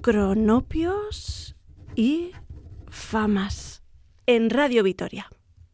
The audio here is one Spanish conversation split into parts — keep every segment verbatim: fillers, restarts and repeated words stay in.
Cronopios y Famas en Radio Vitoria.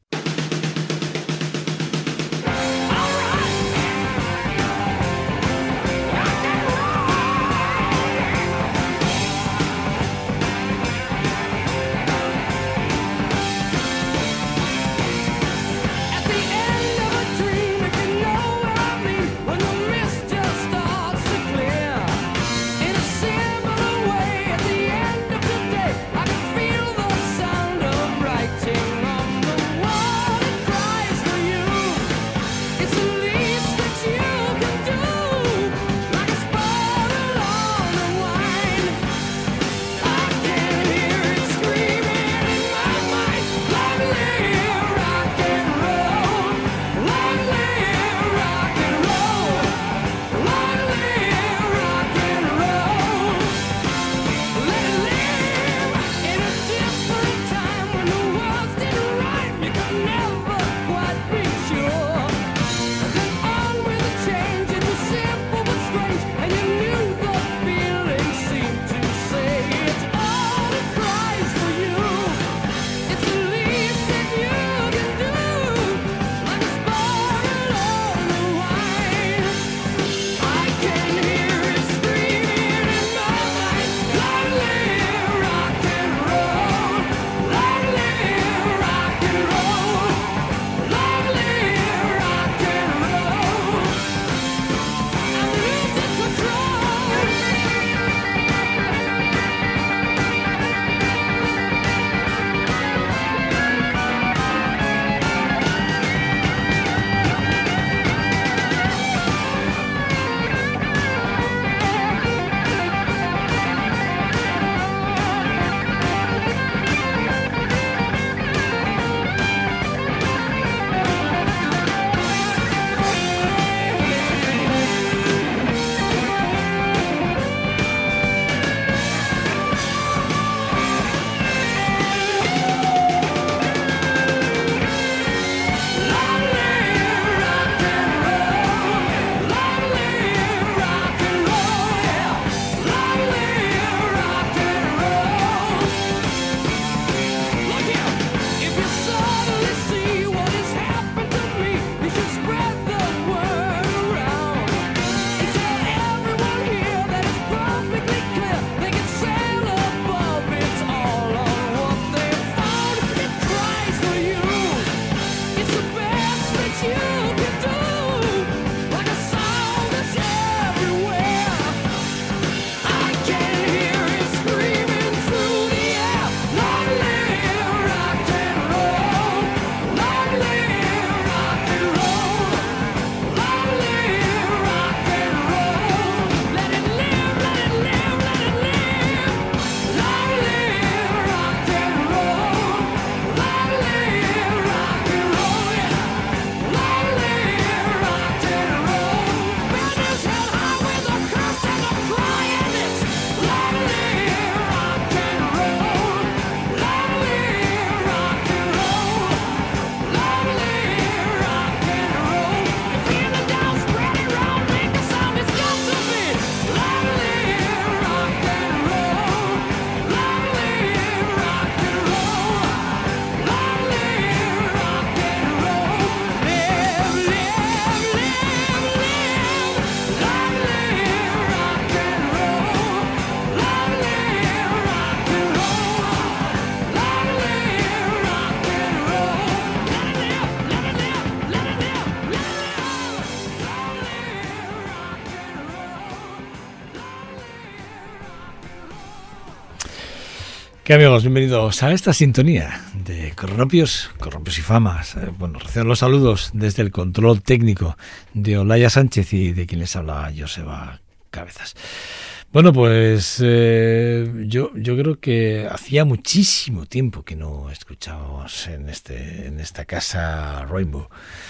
¿Qué amigos? Bienvenidos a esta sintonía de Cronopios, Cronopios y Famas. Eh, bueno, reciban los saludos desde el control técnico de Olaya Sánchez y de quien les habla Joseba Cabezas. Bueno, pues eh, yo yo creo que hacía muchísimo tiempo que no escuchábamos en este en esta casa Rainbow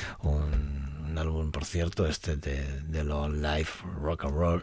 un, un álbum, por cierto, este de, de Long Life Rock and Roll,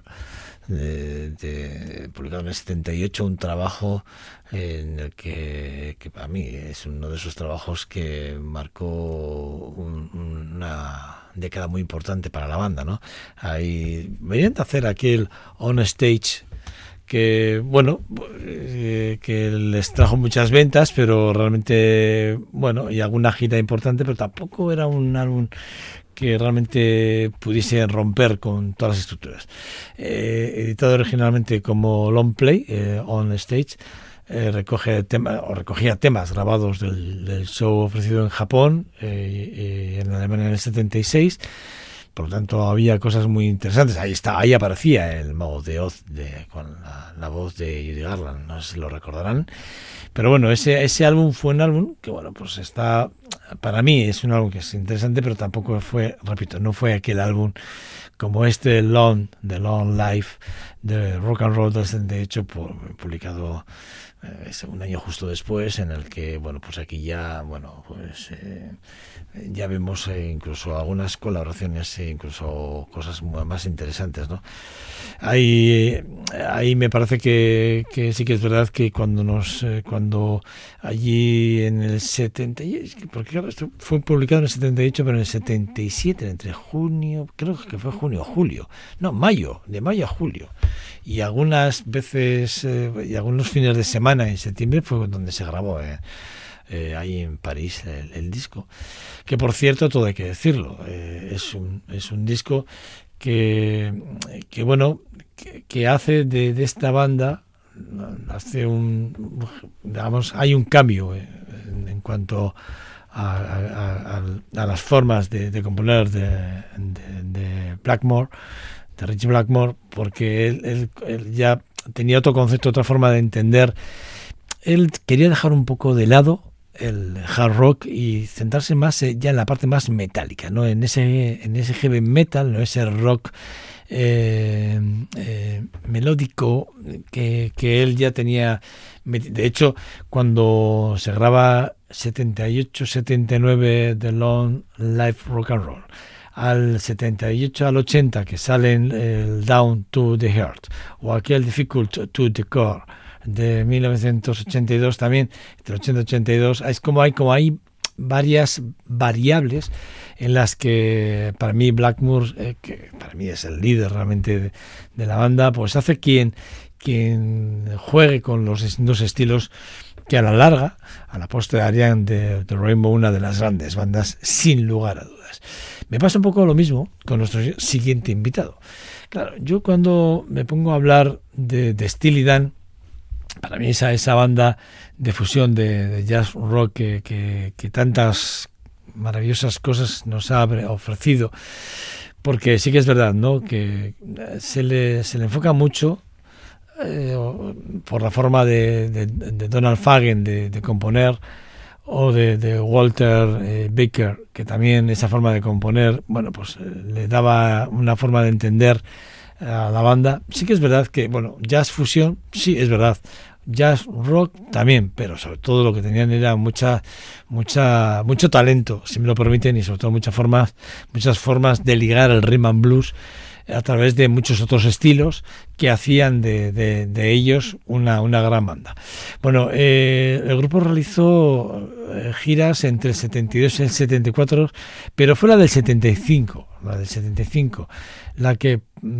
de, de, publicado en el setenta y ocho, un trabajo en el que, que para mí es uno de esos trabajos que marcó un, una década muy importante para la banda, ¿no? Ahí venían de hacer aquel On Stage que bueno, eh, que les trajo muchas ventas, pero realmente, bueno, y alguna gira importante, pero tampoco era un álbum que realmente pudiese romper con todas las estructuras. Eh, editado originalmente como long play, eh, on stage, eh, recoge tema, o recogía temas grabados del, del show ofrecido en Japón, eh, y en Alemania en el setenta y seis. Por lo tanto, había cosas muy interesantes. Ahí está, ahí aparecía el Mago de Oz de, con la, la voz de Judy Garland, no sé si lo recordarán. Pero bueno, ese ese álbum fue un álbum que, bueno, pues está, para mí es un álbum que es interesante, pero tampoco fue, repito, no fue aquel álbum como este Long, The Long Life de Rock and Roll del setenta y ocho, publicado eh, un año justo después, en el que, bueno, pues aquí ya, bueno, pues eh, ya vemos eh, incluso algunas colaboraciones, eh, incluso cosas más interesantes, ¿no? Ahí, ahí me parece que, que sí que es verdad que cuando nos, eh, cuando allí en el setenta, porque claro, esto fue publicado en el setenta y ocho, pero en el setenta y siete, entre junio, creo que fue junio, julio, no, mayo, de mayo a julio, y algunas veces, eh, y algunos fines de semana en septiembre fue donde se grabó, eh. Eh, ahí en París el, el disco, que por cierto, todo hay que decirlo, eh, es un es un disco que, que bueno, que, que hace de, de esta banda, hace un, digamos, hay un cambio eh, en, en cuanto a, a, a, a las formas de, de componer de, de, de Blackmore, de Ritchie Blackmore, porque él, él, él ya tenía otro concepto, otra forma de entender. Él quería dejar un poco de lado el hard rock y centrarse más ya en la parte más metálica, ¿no? En ese en ese heavy metal, no ese rock eh, eh, melódico que, que él ya tenía. De hecho, cuando se graba setenta y ocho setenta y nueve The Long Life Rock and Roll, al setenta y ocho al ochenta que salen el Down to the Heart o aquel Difficult to the Core de mil novecientos ochenta y dos, también entre ochenta y ochenta y dos, es como hay como hay varias variables en las que para mí Blackmore, eh, que para mí es el líder realmente de, de la banda, pues hace quien quien juegue con los dos estilos que a la larga, a la postre harían de, de Rainbow una de las grandes bandas sin lugar a dudas. Me pasa un poco lo mismo con nuestro siguiente invitado. Claro, yo cuando me pongo a hablar de, de Steely Dan, para mí esa, esa banda de fusión de, de jazz rock que, que, que tantas maravillosas cosas nos ha ofrecido, porque sí que es verdad, ¿no?, que se le, se le enfoca mucho eh, por la forma de, de, de Donald Fagen de, de componer, o de, de Walter eh, Baker, que también esa forma de componer, bueno, pues eh, le daba una forma de entender a la banda. Sí que es verdad que, bueno, jazz fusión, sí, es verdad, jazz rock también, pero sobre todo lo que tenían era mucha mucha mucho talento, si me lo permiten, y sobre todo muchas formas muchas formas de ligar el rhythm and blues a través de muchos otros estilos que hacían de, de, de ellos una, una gran banda. Bueno, eh, el grupo realizó eh, giras entre el setenta y dos y el setenta y cuatro, pero fue la del setenta y cinco, la del setenta y cinco, la que,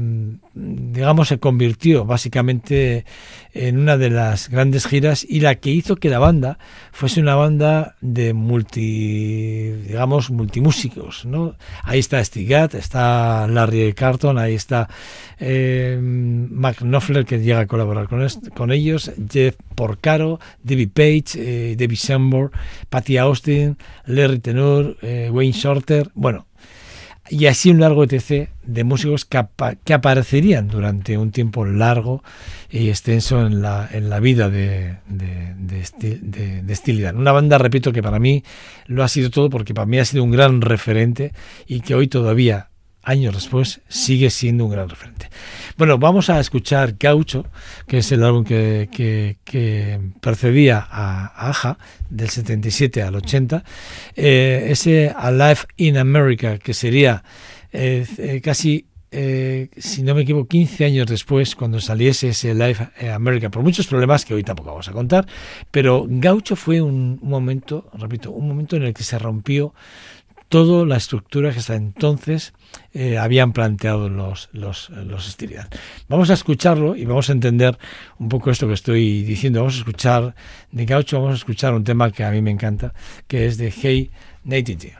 digamos, se convirtió básicamente en una de las grandes giras y la que hizo que la banda fuese una banda de multi, digamos, multimúsicos, ¿no? Ahí está Stig Gadd, está Larry Carlton, ahí está eh, Mark Knopfler, que llega a colaborar con, est- con ellos, Jeff Porcaro, David Page, eh, David Sambor, Patty Austin, Larry Tenor, eh, Wayne Shorter, bueno, y así un largo etcétera de músicos que, apa- que aparecerían durante un tiempo largo y extenso en la, en la vida de, de, de, Sti- de, de Steely Dan. Una banda, repito, que para mí lo ha sido todo, porque para mí ha sido un gran referente y que hoy todavía, años después, sigue siendo un gran referente. Bueno, vamos a escuchar Gaucho, que es el álbum que, que, que precedía a, a Aja, del setenta y siete al ochenta. Eh, ese Alive in America, que sería eh, eh, casi, eh, si no me equivoco, quince años después, cuando saliese ese Live in America, por muchos problemas que hoy tampoco vamos a contar, pero Gaucho fue un, un momento, repito, un momento en el que se rompió toda la estructura que hasta entonces eh, habían planteado los, los, los Styrian. Vamos a escucharlo y vamos a entender un poco esto que estoy diciendo. Vamos a escuchar de Gaucho, vamos a escuchar un tema que a mí me encanta, que es de Hey Nightingale.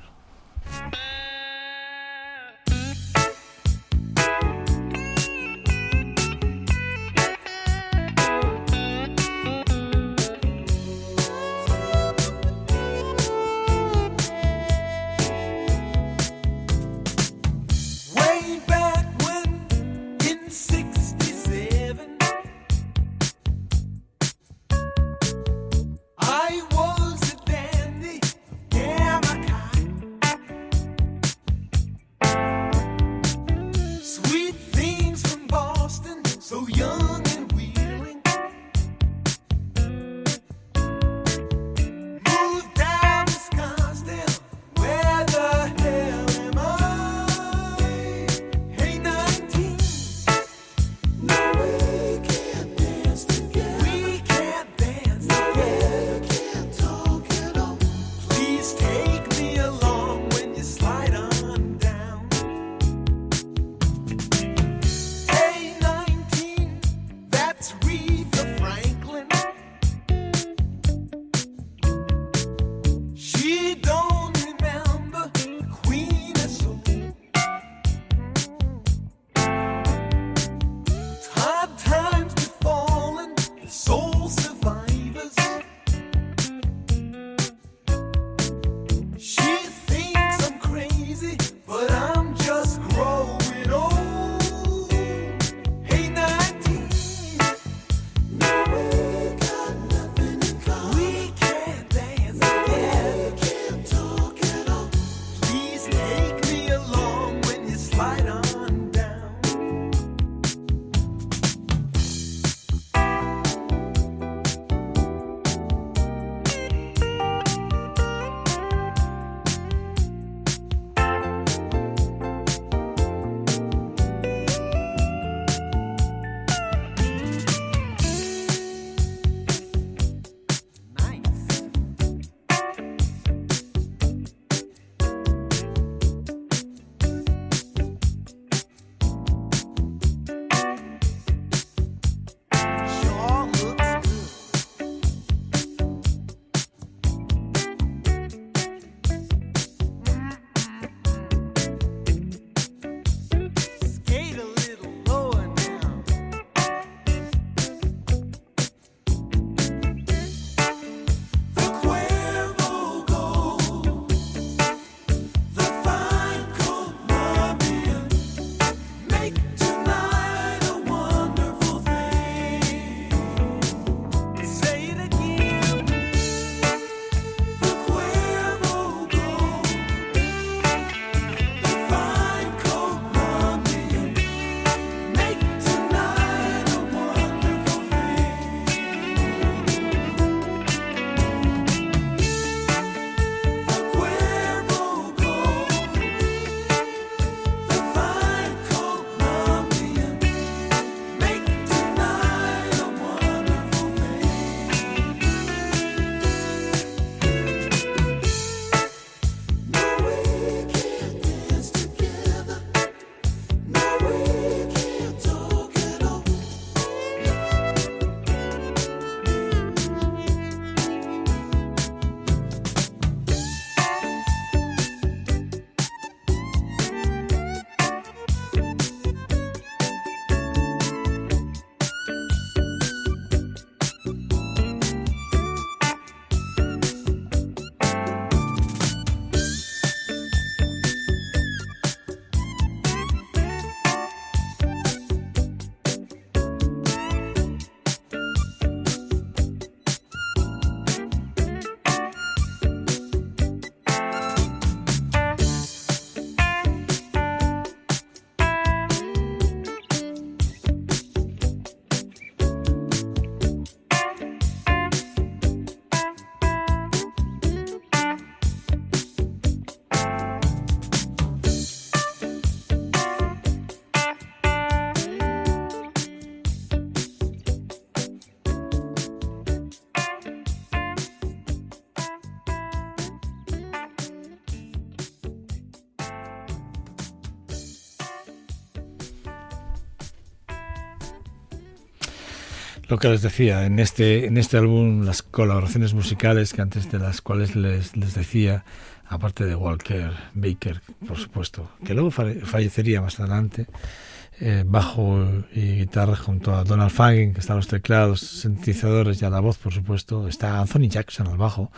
Lo que les decía, en este, en este álbum, las colaboraciones musicales que antes de las cuales les, les decía, aparte de Walker Baker, por supuesto, que luego fallecería más adelante, eh, bajo y guitarra junto a Donald Fagen, que está a los teclados, sintetizadores y a la voz, por supuesto, está Anthony Jackson al bajo.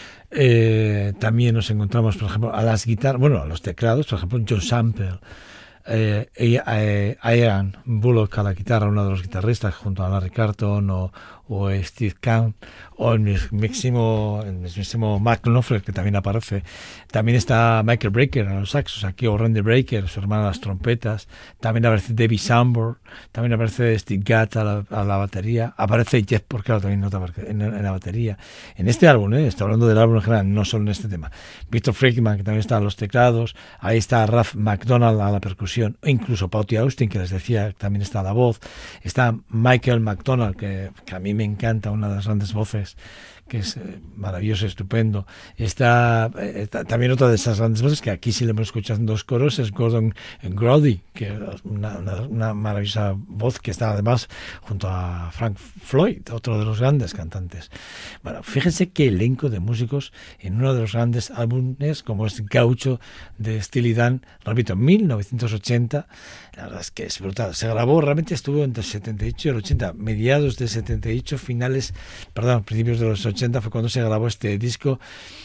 Eh, también nos encontramos, por ejemplo, a las guitarras, bueno, a los teclados, por ejemplo, John Sample, Eh, eh, Ian Bullock a la guitarra, uno de los guitarristas, junto a Larry Carlton o, o Steve Kahn, o el mismísimo, el mismísimo Mark Knopfler, que también aparece. También está Michael Brecker a los saxos, aquí, o Randy Brecker, su hermano a las trompetas. También aparece Debbie Sanborn, también aparece Steve Gadd a la, a la batería. Aparece Jeff Porcaro también nota en, en la batería. En este álbum, ¿eh? Estoy hablando del álbum en general, no solo en este tema. Victor Friedman, que también está a los teclados. Ahí está Ralph McDonald a la percusión. O incluso Pauty Austin, que les decía, también está a la voz. Está Michael McDonald, que, que a mí me encanta, una de las grandes voces, que es eh, maravilloso, estupendo. Está, eh, está también otra de esas grandes voces, que aquí sí le hemos escuchado en dos coros, es Gordon Grody, que es una, una, una maravillosa voz, que está además junto a Frank Floyd, otro de los grandes cantantes. Bueno, fíjense qué elenco de músicos en uno de los grandes álbumes, como es Gaucho, de Steely Dan, repito, en mil novecientos ochenta. La verdad es que es brutal. Se grabó, realmente estuvo entre el setenta y ocho y el ochenta, mediados del setenta y ocho, finales, perdón, principios de los ochenta fue cuando se grabó este disco,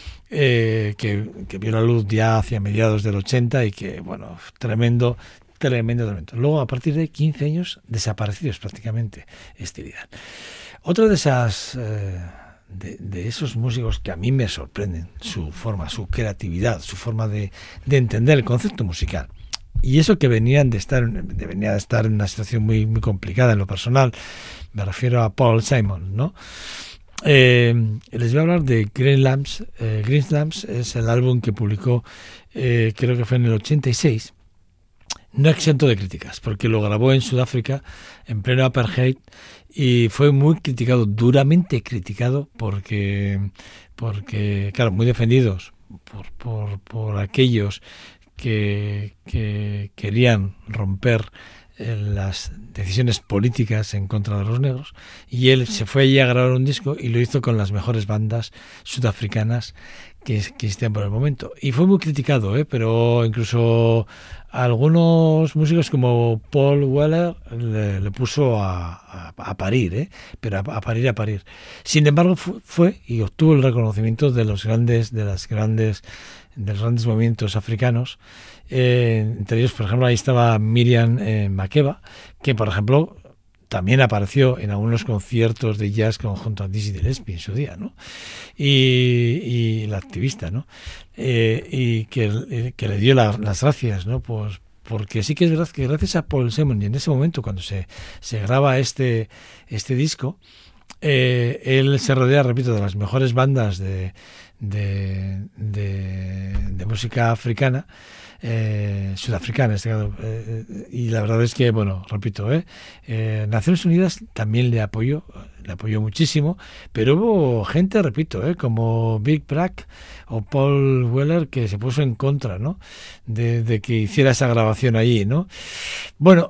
eh, que, que vio la luz ya hacia mediados del ochenta y que, bueno, tremendo, tremendo, tremendo. Luego, a partir de quince años, desaparecidos prácticamente, Steely Dan. Otra de esas... Eh, De, de esos músicos que a mí me sorprenden, su forma, su creatividad, su forma de, de entender el concepto musical. Y eso que venían de estar, de venía de estar en una situación muy, muy complicada en lo personal. Me refiero a Paul Simon, ¿no? Eh, les voy a hablar de Green Lamps. Eh, Green Lamps es el álbum que publicó, eh, creo que fue en el ochenta y seis. No exento de críticas, porque lo grabó en Sudáfrica, en pleno apartheid, y fue muy criticado, duramente criticado, porque, porque claro, muy defendidos por, por, por aquellos que, que querían romper las decisiones políticas en contra de los negros, y él se fue allí a grabar un disco y lo hizo con las mejores bandas sudafricanas que, que existían por el momento, y fue muy criticado, ¿eh? Pero incluso algunos músicos como Paul Weller le, le puso a, a, a parir, ¿eh? Pero a, a parir, a parir. Sin embargo, fue, fue y obtuvo el reconocimiento de los grandes, de las grandes, de los grandes movimientos africanos. Eh, entre ellos, por ejemplo, ahí estaba Miriam eh, Makeba, que, por ejemplo, también apareció en algunos conciertos de jazz junto a Dizzy Gillespie en su día, ¿no? Y, y la activista, ¿no? Eh, y que, eh, que le dio la, las gracias, ¿no? Pues porque sí que es verdad que gracias a Paul Simon, y en ese momento cuando se, se graba este, este disco, eh, él se rodea, repito, de las mejores bandas de, de, de, de música africana, Eh, sudafricana, este caso, eh, y la verdad es que, bueno, repito, eh, eh, Naciones Unidas también le apoyó, le apoyó muchísimo, pero hubo gente, repito, eh, como Big Brack o Paul Weller, que se puso en contra, ¿no? De, de que hiciera esa grabación allí, ¿no? Bueno,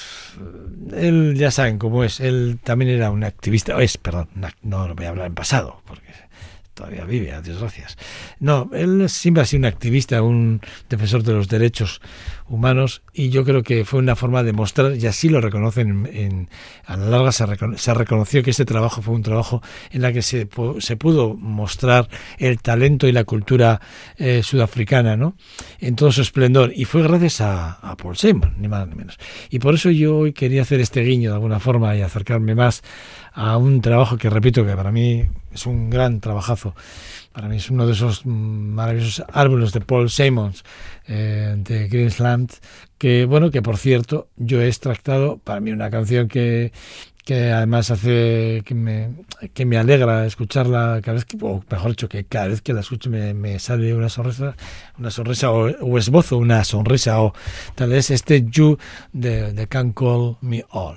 él, ya saben cómo es, él también era un activista, es, perdón, no, no voy a hablar en pasado, porque todavía vive, a Dios gracias. No, él siempre ha sido un activista, un defensor de los derechos humanos, y yo creo que fue una forma de mostrar, y así lo reconocen, en, en, a la larga se, recono, se reconoció que este trabajo fue un trabajo en el que se, se pudo mostrar el talento y la cultura eh, sudafricana, ¿no? En todo su esplendor, y fue gracias a, a Paul Simon, ni más ni menos. Y por eso yo hoy quería hacer este guiño de alguna forma y acercarme más a un trabajo que, repito, que para mí es un gran trabajazo. Para mí es uno de esos maravillosos álbumes de Paul Simon, eh, de Greenland, que, bueno, que por cierto, yo he extractado para mí una canción que, que además hace que me, que me alegra escucharla cada vez que, o mejor dicho, que cada vez que la escucho me, me sale una sonrisa, una sonrisa o, o esbozo una sonrisa, o tal vez este You de, de Can't Call Me All.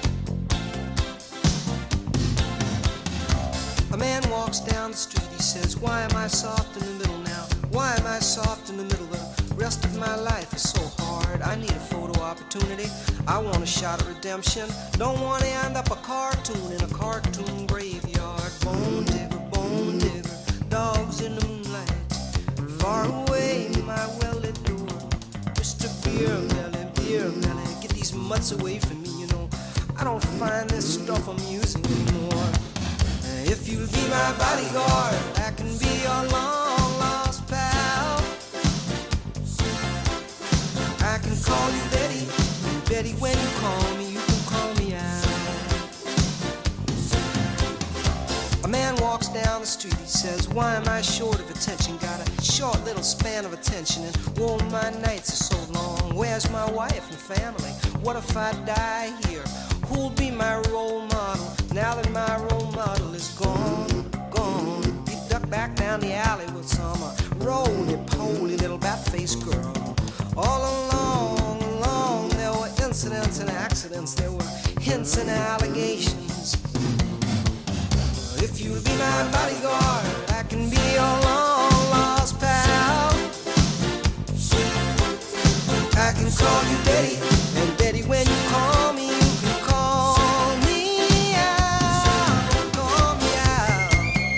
Down the street, he says, says, why am I soft in the middle now? Why am I soft in the middle? The rest of my life is so hard. I need a photo opportunity. I want a shot of redemption. Don't want to end up a cartoon in a cartoon graveyard. Bone digger, bone digger, dogs in the moonlight. Far away, my well-lit door. Mister Beer Melly, Beer Melly, get these mutts away from me, you know. I don't find this stuff amusing anymore. If you'll be my bodyguard, I can be your long-lost pal. I can call you Betty, Betty, when you call me, you can call me out. A man walks down the street, he says, why am I short of attention? Got a short little span of attention, and whoa, my nights are so long. Where's my wife and family? What if I die here? Who'll be my role model now that my role model is gone, gone? He ducked back down the alley with some uh, roly-poly little bat-faced girl. All along, along, there were incidents and accidents, there were hints and allegations. If you'll be my bodyguard, I can be your long-lost pal. I can call you Betty, and Betty, when you call me, you can call me out, call me out.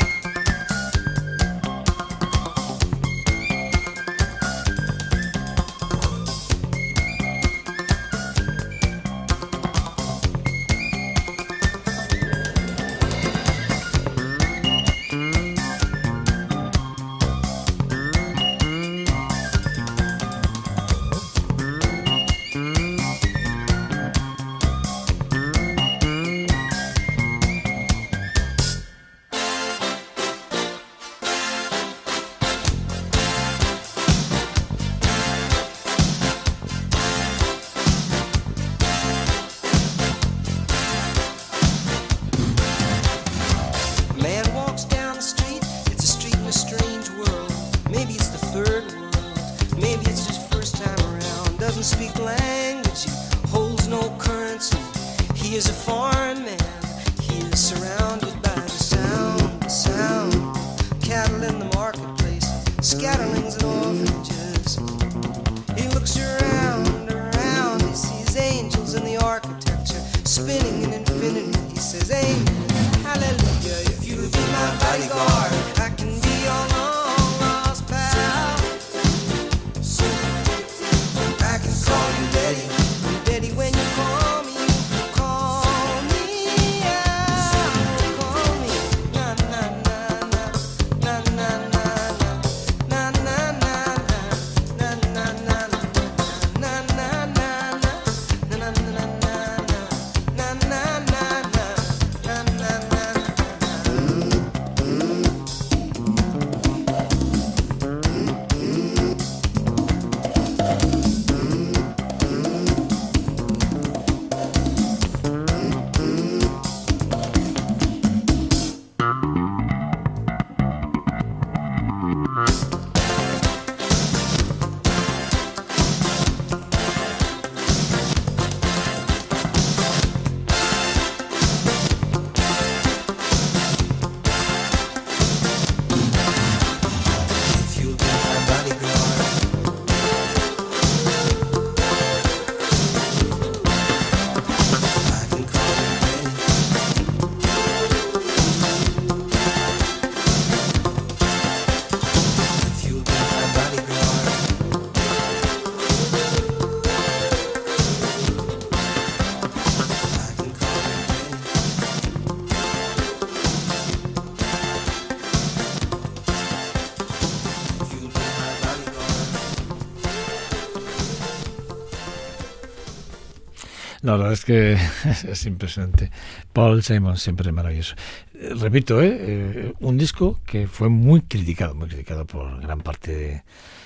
La verdad es que es impresionante. Paul Simon, siempre maravilloso. Eh, repito, ¿eh? Eh, un disco que fue muy criticado, muy criticado por gran parte de,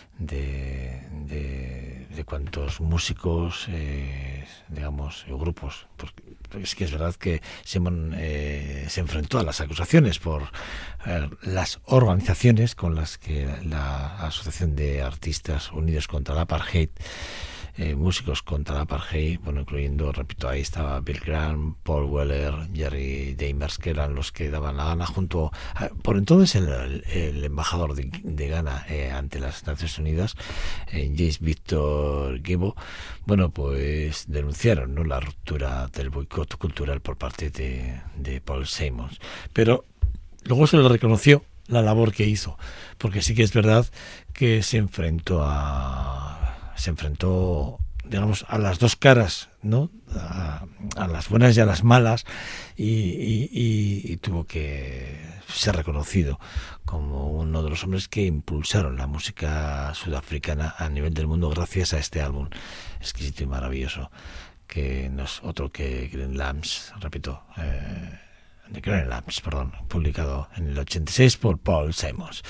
de, de, de cuantos músicos, eh, digamos, o grupos. Porque es que es verdad que Simon eh, se enfrentó a las acusaciones por eh, las organizaciones con las que la Asociación de Artistas Unidos contra el Apartheid eh, músicos contra la apartheid, bueno, incluyendo, repito, ahí estaba Bill Graham, Paul Weller, Jerry Damers, que eran los que daban la gana, junto a, por entonces el, el, el embajador de, de Ghana eh, ante las Naciones Unidas, eh, James Victor Gebo, bueno, pues denunciaron, ¿no?, la ruptura del boicot cultural por parte de, de Paul Simons, pero luego se le reconoció la labor que hizo, porque sí que es verdad que se enfrentó a se enfrentó digamos a las dos caras, ¿no?, a, a las buenas y a las malas, y, y, y, y tuvo que ser reconocido como uno de los hombres que impulsaron la música sudafricana a nivel del mundo gracias a este álbum exquisito y maravilloso, que no es otro que Green Lambs, repito, eh, de Green Lambs, perdón, publicado en el ochenta y seis por Paul Simons.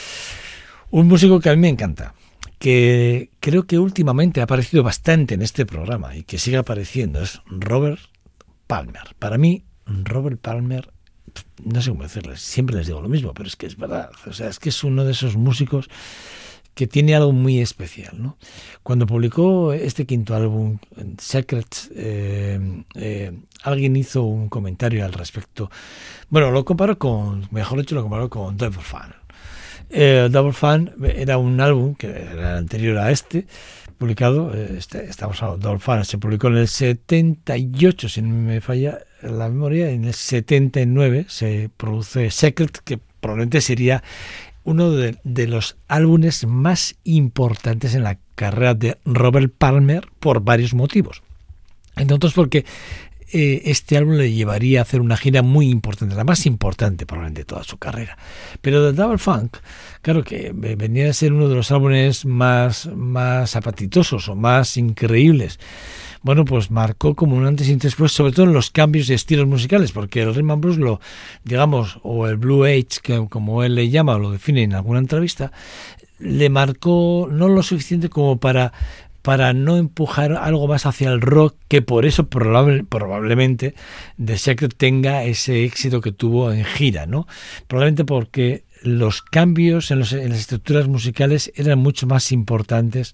Un músico que a mí me encanta, que creo que últimamente ha aparecido bastante en este programa y que sigue apareciendo, es Robert Palmer. Para mí, Robert Palmer, no sé cómo decirles, siempre les digo lo mismo, pero es que es verdad, o sea, es que es uno de esos músicos que tiene algo muy especial, ¿no? Cuando publicó este quinto álbum, Secrets, eh, eh, alguien hizo un comentario al respecto. Bueno, lo comparó con, mejor dicho, lo comparó con Double Fan. Eh, Double Fan era un álbum que era anterior a este, publicado, eh, este, estamos hablando, Double Fan se publicó en el setenta y ocho, si no me falla la memoria, en el setenta y nueve se produce Secret, que probablemente sería uno de, de los álbumes más importantes en la carrera de Robert Palmer por varios motivos. Entre otros porque eh, este álbum le llevaría a hacer una gira muy importante, la más importante probablemente de toda su carrera. Pero The Double Funk, claro que venía a ser uno de los álbumes más, más apetitosos o más increíbles. Bueno, pues marcó como un antes y un después, sobre todo en los cambios de estilos musicales, porque el rhythm and blues, lo, digamos, o el Blue Age, que como él le llama o lo define en alguna entrevista, le marcó no lo suficiente como para, para no empujar algo más hacia el rock, que por eso probable, probablemente The Secret tenga ese éxito que tuvo en gira, ¿no? Probablemente porque los cambios en, los, en las estructuras musicales eran mucho más importantes,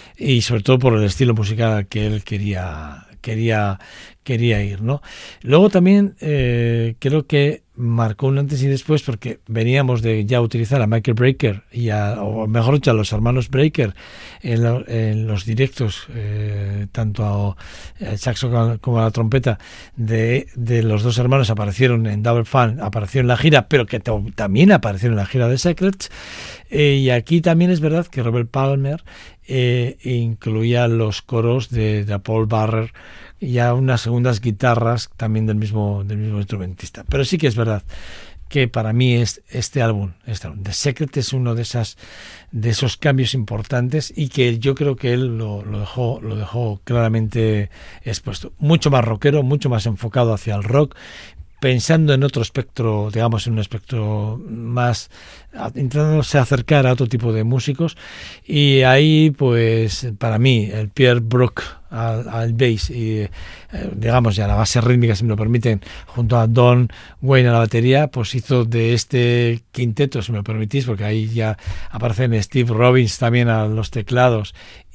y sobre todo por el estilo musical que él quería quería quería ir, ¿no? Luego también eh, creo que marcó un antes y después, porque veníamos de ya utilizar a Michael Brecker y a, o mejor dicho, a los hermanos Brecker en, lo, en los directos, eh, tanto al saxo como a la trompeta de, de los dos hermanos aparecieron en Double Fun, apareció en la gira, pero que t- también apareció en la gira de Secrets, eh, y aquí también es verdad que Robert Palmer eh, incluía los coros de, de Paul Barrer y a unas segundas guitarras también del mismo del mismo instrumentista. Pero sí que es verdad que para mí es este álbum, este álbum The Secret, es uno de esas de esos cambios importantes, y que yo creo que él lo, lo dejó lo dejó claramente expuesto, mucho más rockero, mucho más enfocado hacia el rock, pensando en otro espectro, digamos, en un espectro más, intentándose acercar a otro tipo de músicos. Y ahí, pues, para mí, el Pierre Brook al, al bass y, eh, digamos, ya la base rítmica, si me lo permiten, junto a Don Wayne a la batería, pues hizo de este quinteto, si me lo permitís, porque ahí ya aparecen Steve Robbins también a los teclados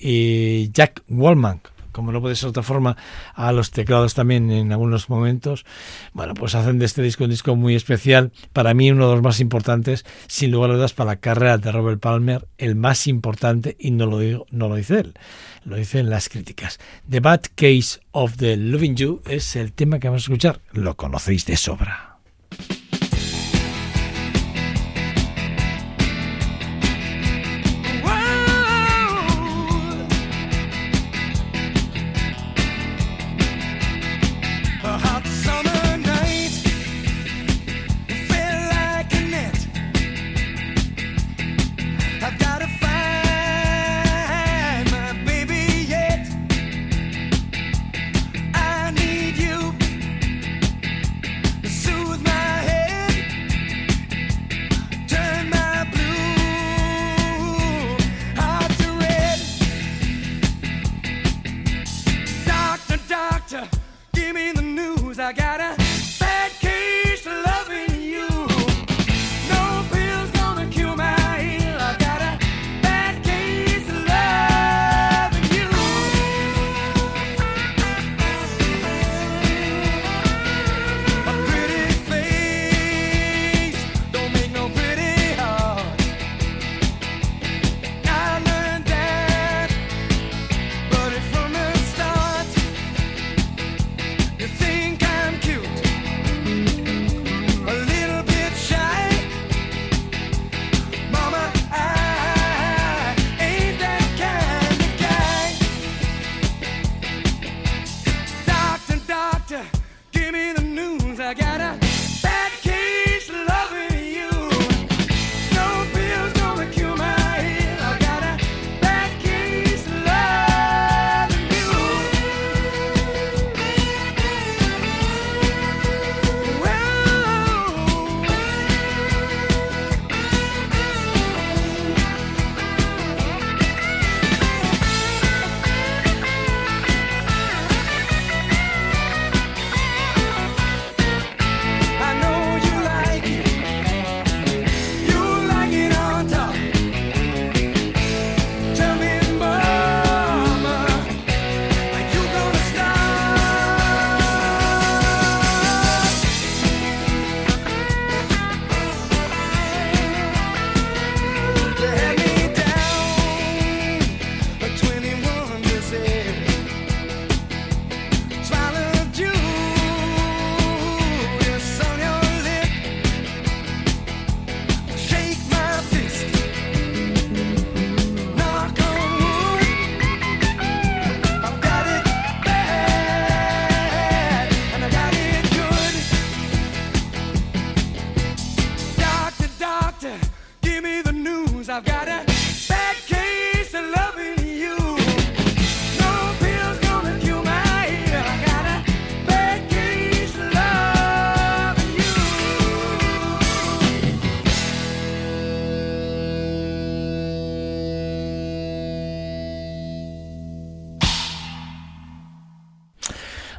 y Jack Wallman, como no puede ser de otra forma, a los teclados también en algunos momentos. Bueno, pues hacen de este disco un disco muy especial, para mí uno de los más importantes, sin lugar a dudas, para la carrera de Robert Palmer, el más importante, y no lo digo, no lo dice él, lo dicen las críticas. The Bad Case of the Loving You es el tema que vamos a escuchar, lo conocéis de sobra. Soon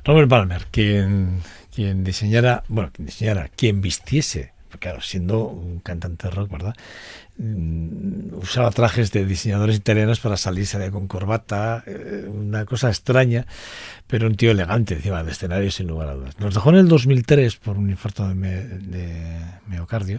Robert Palmer, quien, quien diseñara, bueno, quien diseñara, quien vistiese, claro, siendo un cantante de rock, ¿verdad? Usaba trajes de diseñadores italianos para salir, salía con corbata, eh, una cosa extraña, pero un tío elegante encima del escenario, sin lugar a dudas. Nos dejó en el dos mil tres por un infarto de, me, de miocardio,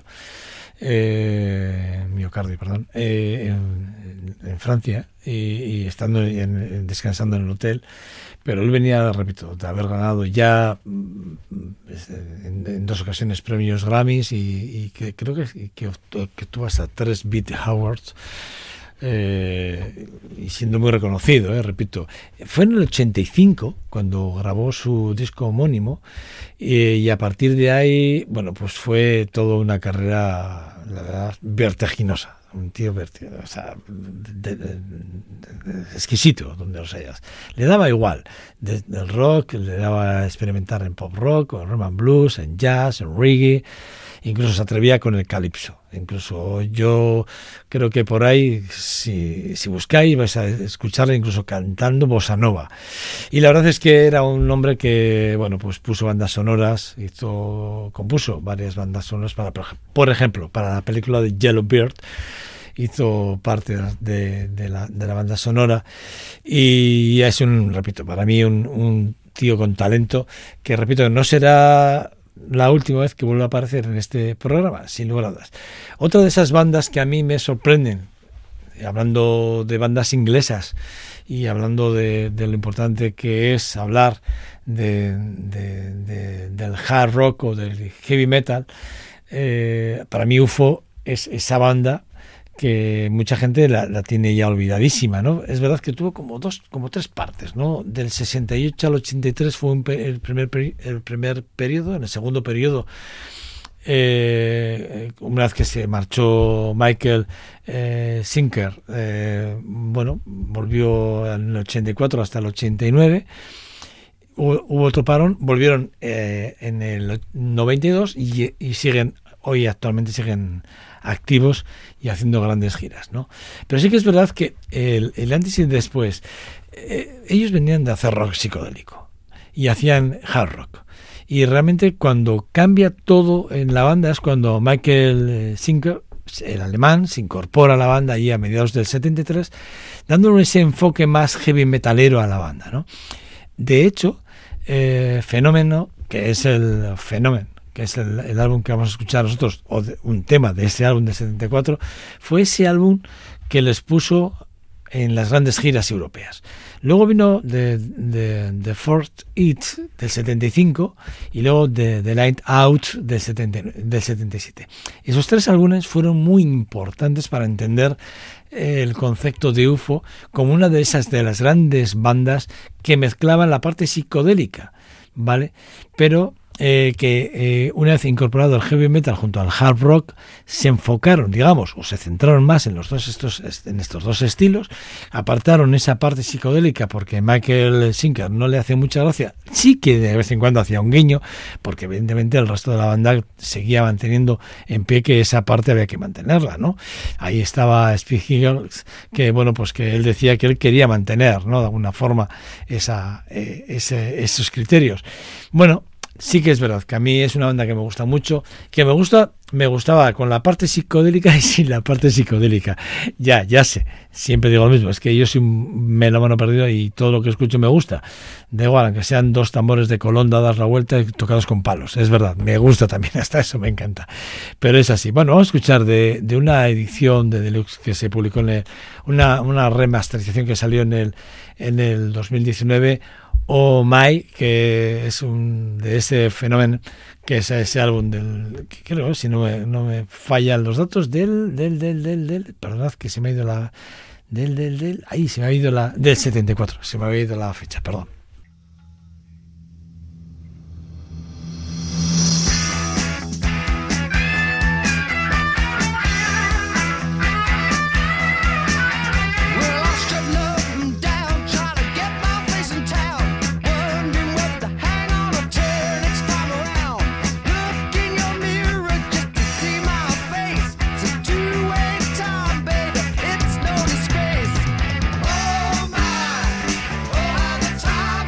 eh, miocardio, perdón, eh, en, en Francia, y, y estando en, en, descansando en el hotel. Pero él venía, repito, de haber ganado ya en, en dos ocasiones premios Grammys y, y que creo que, que, que tuvo hasta tres Beat Awards, eh, y siendo muy reconocido, eh, repito. Fue en el ochenta y cinco cuando grabó su disco homónimo, y, y a partir de ahí, bueno, pues fue toda una carrera, la verdad, vertiginosa. Un tío vertido, o sea, de, de, de, de, exquisito donde los hayas. Le daba igual, desde el rock, le daba a experimentar en pop rock, en rhythm and blues, en jazz, en reggae, incluso se atrevía con el calipso. Incluso yo creo que por ahí, si, si buscáis, vais a escucharle incluso cantando bossa nova. Y la verdad es que era un hombre que, bueno, pues puso bandas sonoras, hizo, compuso varias bandas sonoras para, por ejemplo, para la película de Yellowbird. Hizo parte de, de, la, de la banda sonora, y es un, repito, para mí un, un tío con talento que, repito, no será la última vez que vuelva a aparecer en este programa, sin lugar a dudas. Otra de esas bandas que a mí me sorprenden, hablando de bandas inglesas y hablando de, de lo importante que es hablar de, de, de, del hard rock o del heavy metal, eh, para mí U F O es esa banda que mucha gente la, la tiene ya olvidadísima, ¿no? Es verdad que tuvo como dos, como tres partes, ¿no? Del sesenta y ocho al ochenta y tres fue un, el primer el primer periodo. En el segundo periodo, eh, una vez que se marchó Michael eh, Schenker, eh, bueno, volvió en el ochenta y cuatro hasta el ochenta y nueve. Hubo, hubo otro parón, volvieron eh, en el noventa y dos y, y siguen, hoy actualmente siguen activos y haciendo grandes giras, ¿no? Pero sí que es verdad que el, el antes y después, eh, ellos venían de hacer rock psicodélico y hacían hard rock. Y realmente cuando cambia todo en la banda es cuando Michael Schenker, el alemán, se incorpora a la banda ahí a mediados del setenta y tres, dándole ese enfoque más heavy metalero a la banda, ¿no? De hecho, eh, Fenómeno, que es el Fenómeno, que es el, el álbum que vamos a escuchar nosotros, o de, un tema de ese álbum de setenta y cuatro, fue ese álbum que les puso en las grandes giras europeas. Luego vino The, the, the Fourth It del setenta y cinco y luego The, the Light Out del, setenta, del setenta y siete. Esos tres álbumes fueron muy importantes para entender el concepto de U F O como una de esas de las grandes bandas que mezclaban la parte psicodélica, ¿vale? Pero Eh, que eh, una vez incorporado el heavy metal junto al hard rock, se enfocaron, digamos, o se centraron más en los dos estos en estos dos estilos, apartaron esa parte psicodélica porque Michael Schenker no le hace mucha gracia, sí que de vez en cuando hacía un guiño, porque evidentemente el resto de la banda seguía manteniendo en pie que esa parte había que mantenerla, ¿no? Ahí estaba Spiegel, que bueno, pues que él decía que él quería mantener, ¿no? De alguna forma esa eh, ese, esos criterios. Bueno, sí que es verdad que a mí es una banda que me gusta mucho, que me gusta, me gustaba con la parte psicodélica y sin la parte psicodélica. Ya, ya sé, siempre digo lo mismo, es que yo soy un melómano perdido y todo lo que escucho me gusta. Da igual, aunque sean dos tambores de colón dadas la vuelta y tocados con palos, es verdad, me gusta también, hasta eso me encanta. Pero es así. Bueno, vamos a escuchar de, de una edición de Deluxe que se publicó en el, una, una remasterización que salió en el, en el dos mil diecinueve, Oh My, que es un de ese Fenómeno, que es ese álbum del, que creo, si no me, no me fallan los datos, del, del, del, del, del, perdonad que se me ha ido la, del, del, del, ahí se me ha ido la, del setenta y cuatro, se me ha ido la fecha, perdón. Time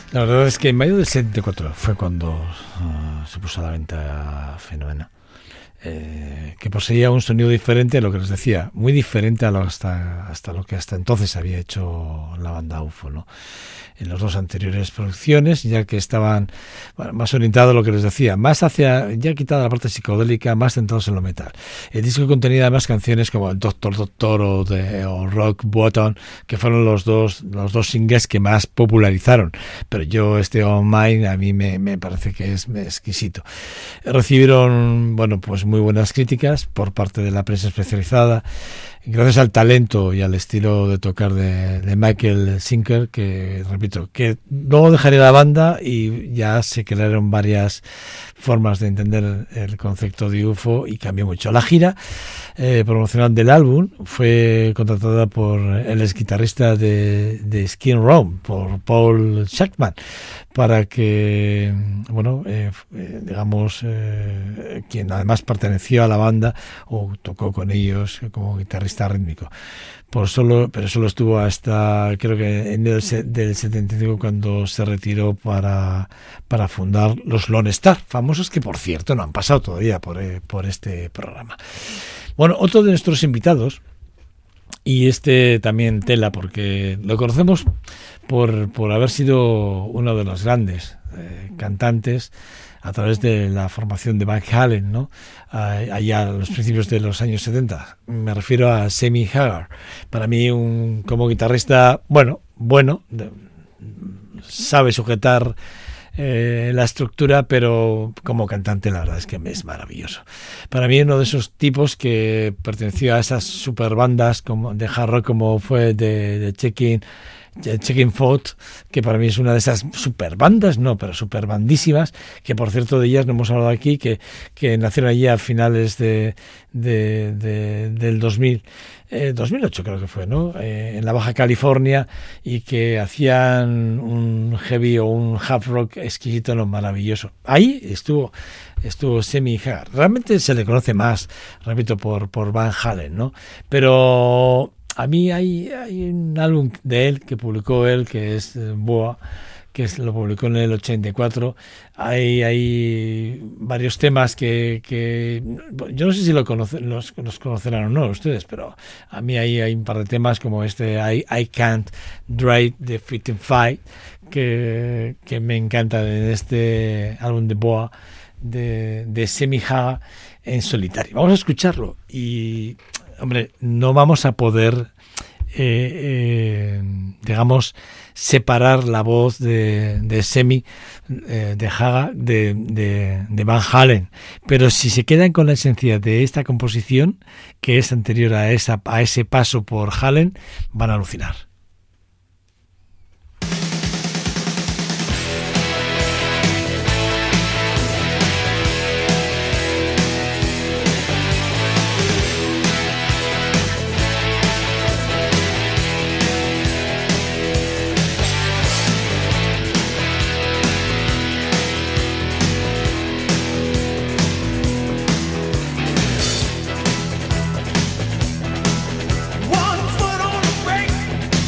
La verdad es que en mayo del setenta y cuatro fue cuando uh, se puso a la venta Fenómeno. Eh, que poseía un sonido diferente a lo que les decía, muy diferente a lo hasta, hasta lo que hasta entonces había hecho la banda U F O, ¿no? En las dos anteriores producciones, ya que estaban bueno, más orientados a lo que les decía, más hacia, ya quitada la parte psicodélica, más centrados en lo metal. El disco contenía además canciones como Doctor Doctor o, de, o Rock Bottom, que fueron los dos los dos singles que más popularizaron. Pero yo, este On Mine, a mí me, me parece que es exquisito. Recibieron, bueno, pues muy buenas críticas por parte de la prensa especializada, gracias al talento y al estilo de tocar de, de Michael Schenker, que repito, que luego dejaría la banda y ya se crearon varias formas de entender el concepto de U F O y cambió mucho. La gira eh, promocional del álbum fue contratada por el ex guitarrista de, de Skid Row, por Paul Shackman, para que, bueno, eh, digamos, eh, quien además perteneció a la banda o tocó con ellos como guitarrista rítmico. Por solo, pero solo estuvo hasta, creo que en el del setenta y cinco, cuando se retiró para, para fundar los Lone Star, famosos que, por cierto, no han pasado todavía por, eh, por este programa. Bueno, otro de nuestros invitados, y este también tela, porque lo conocemos por, por haber sido uno de los grandes eh, cantantes a través de la formación de Van Halen, ¿no? Allá a los principios de los años setenta. Me refiero a Sammy Hagar. Para mí, un como guitarrista, bueno, bueno, sabe sujetar eh, la estructura, pero como cantante la verdad es que es maravilloso. Para mí, uno de esos tipos que perteneció a esas super bandas como, de hard rock, como fue de, de Checking Checking Foot, que para mí es una de esas super bandas, no, pero super bandísimas, que por cierto de ellas no hemos hablado aquí, que, que nacieron allí a finales de, de, de del dos mil, eh, dos mil ocho creo que fue, ¿no? Eh, en la Baja California, y que hacían un heavy o un hard rock exquisito, no, maravilloso. Ahí estuvo estuvo Sammy Hagar. Realmente se le conoce más, repito, por, por Van Halen, ¿no? Pero a mí hay, hay un álbum de él que publicó él, que es eh, Boa, que es, lo publicó en el ochenta y cuatro. Hay, hay varios temas que, que yo no sé si lo conoce, los, los conocerán o no ustedes, pero a mí hay, hay un par de temas como este I, I Can't Drive the Fitting Fight, que, que me encanta de este álbum de Boa de, de Sammy Hagar en solitario. Vamos a escucharlo y, hombre, no vamos a poder, eh, eh, digamos, separar la voz de, de Sammy, eh, de Hagar, de, de, de Van Halen. Pero si se quedan con la esencia de esta composición, que es anterior a, esa, a ese paso por Halen, van a alucinar. One foot on the brake,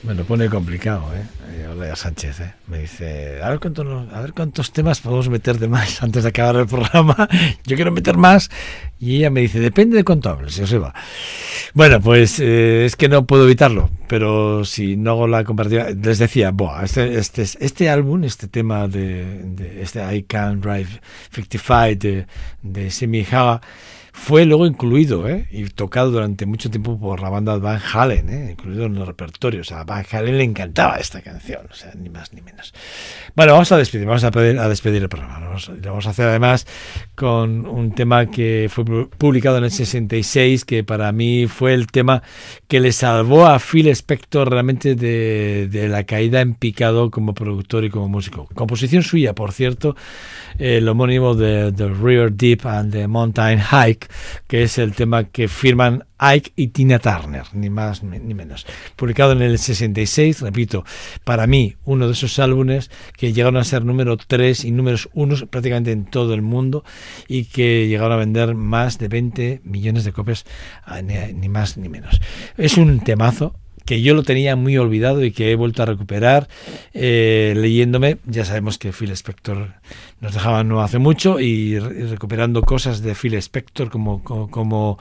Me lo pone complicado, ¿eh? Olaya Sánchez, ¿eh? Me dice, a ver, cuántos, a ver cuántos temas podemos meter de más antes de acabar el programa. Yo quiero meter más. Y ella me dice, depende de cuánto hables, Joseba. Bueno, pues eh, es que no puedo evitarlo, pero si no hago la comparativa, les decía, boah, este, este, este álbum, este tema de, de este I Can't Drive cincuenta y cinco de, de Sammy Hagar, fue luego incluido ¿eh? y tocado durante mucho tiempo por la banda Van Halen, ¿eh? incluido en el repertorio. O sea, a Van Halen le encantaba esta canción, o sea, ni más ni menos. Bueno, vamos a despedir, vamos a, pedir, a despedir el programa. Vamos, lo vamos a hacer además con un tema que fue publicado en el sesenta y seis, que para mí fue el tema que le salvó a Phil Spector realmente de, de la caída en picado como productor y como músico. Composición suya, por cierto, el homónimo de The River Deep and the Mountain Hike, que es el tema que firman Ike y Tina Turner, ni más ni menos. Publicado en el sesenta y seis, repito, para mí uno de esos álbumes que llegaron a ser número tres y números uno prácticamente en todo el mundo y que llegaron a vender más de veinte millones de copias, ni, ni más ni menos. Es un temazo que yo lo tenía muy olvidado y que he vuelto a recuperar eh, leyéndome. Ya sabemos que Phil Spector nos dejaba no hace mucho, y, re- y recuperando cosas de Phil Spector como, como, como,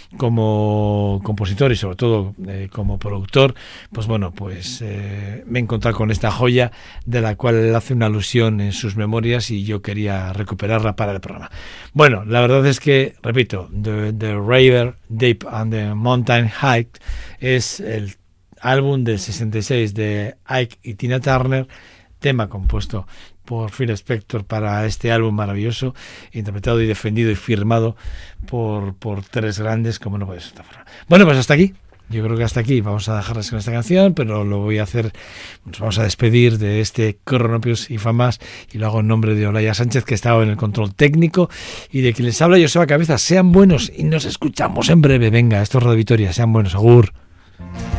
como compositor y sobre todo eh, como productor, pues bueno, pues eh, me he encontrado con esta joya de la cual él hace una alusión en sus memorias y yo quería recuperarla para el programa. Bueno, la verdad es que, repito, The, the River Deep and the Mountain Hike es el álbum del sesenta y seis de Ike y Tina Turner, tema compuesto por Phil Spector para este álbum maravilloso, interpretado y defendido y firmado por, por tres grandes, como no puede ser de otra forma. Bueno, pues hasta aquí. Yo creo que hasta aquí vamos a dejarles con esta canción, pero lo voy a hacer, nos vamos a despedir de este Cronopios y Famas, y lo hago en nombre de Olaya Sánchez, que estaba en el control técnico, y de quien les habla, Joseba Cabeza. Sean buenos y nos escuchamos en breve. Venga, esto es Radio Vitoria, sean buenos, agur.